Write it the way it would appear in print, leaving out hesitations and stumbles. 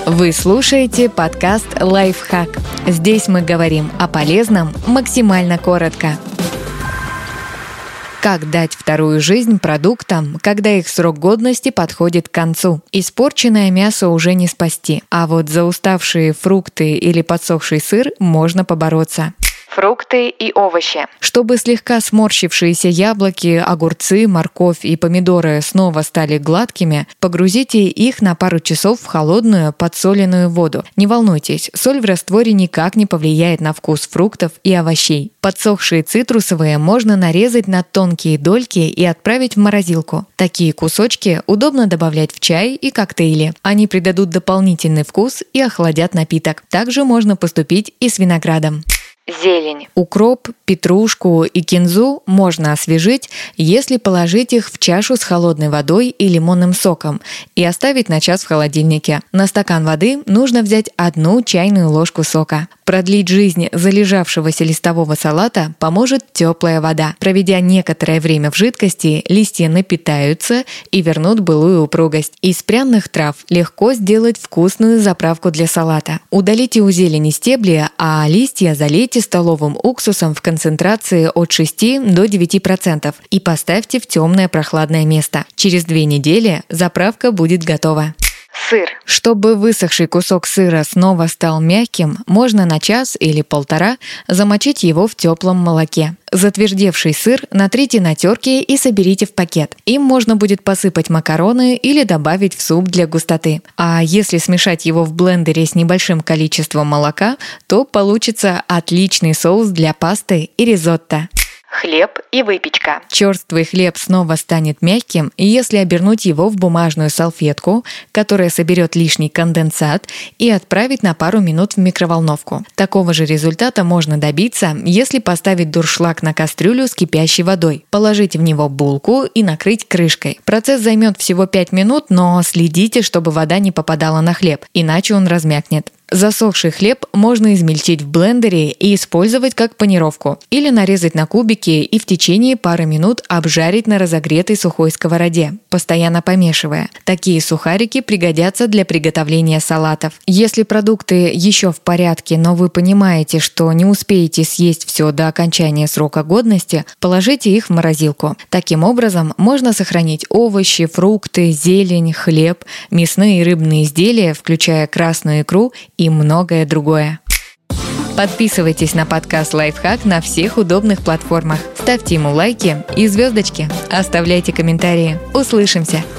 Вы слушаете подкаст «Лайфхак». Здесь мы говорим о полезном максимально коротко. Как дать вторую жизнь продуктам, когда их срок годности подходит к концу? Испорченное мясо уже не спасти, а вот за уставшие фрукты или подсохший сыр можно побороться. Фрукты и овощи. Чтобы слегка сморщившиеся яблоки, огурцы, морковь и помидоры снова стали гладкими, погрузите их на пару часов в холодную подсоленную воду. Не волнуйтесь, соль в растворе никак не повлияет на вкус фруктов и овощей. Подсохшие цитрусовые можно нарезать на тонкие дольки и отправить в морозилку. Такие кусочки удобно добавлять в чай и коктейли. Они придадут дополнительный вкус и охладят напиток. Также можно поступить и с виноградом. Зелень. Укроп, петрушку и кинзу можно освежить, если положить их в чашу с холодной водой и лимонным соком и оставить на час в холодильнике. На стакан воды нужно взять 1 чайную ложку сока. Продлить жизнь залежавшегося листового салата поможет теплая вода. Проведя некоторое время в жидкости, листья напитаются и вернут былую упругость. Из пряных трав легко сделать вкусную заправку для салата. Удалите у зелени стебли, а листья залейте столовым уксусом в концентрации от 6 до 9% и поставьте в темное прохладное место. Через 2 недели заправка будет готова. Сыр. Чтобы высохший кусок сыра снова стал мягким, можно на час или полтора замочить его в теплом молоке. Затвердевший сыр натрите на терке и соберите в пакет. Им можно будет посыпать макароны или добавить в суп для густоты. А если смешать его в блендере с небольшим количеством молока, то получится отличный соус для пасты и ризотто. Хлеб и выпечка. Черствый хлеб снова станет мягким, если обернуть его в бумажную салфетку, которая соберет лишний конденсат, и отправить на пару минут в микроволновку. Такого же результата можно добиться, если поставить дуршлаг на кастрюлю с кипящей водой, положить в него булку и накрыть крышкой. Процесс займет всего 5 минут, но следите, чтобы вода не попадала на хлеб, иначе он размякнет. Засохший хлеб можно измельчить в блендере и использовать как панировку, или нарезать на кубики и в течение пары минут обжарить на разогретой сухой сковороде, постоянно помешивая. Такие сухарики пригодятся для приготовления салатов. Если продукты еще в порядке, но вы понимаете, что не успеете съесть все до окончания срока годности, положите их в морозилку. Таким образом, можно сохранить овощи, фрукты, зелень, хлеб, мясные и рыбные изделия, включая красную икру и многое другое. Подписывайтесь на подкаст «Лайфхак» на всех удобных платформах. Ставьте ему лайки и звездочки. Оставляйте комментарии. Услышимся!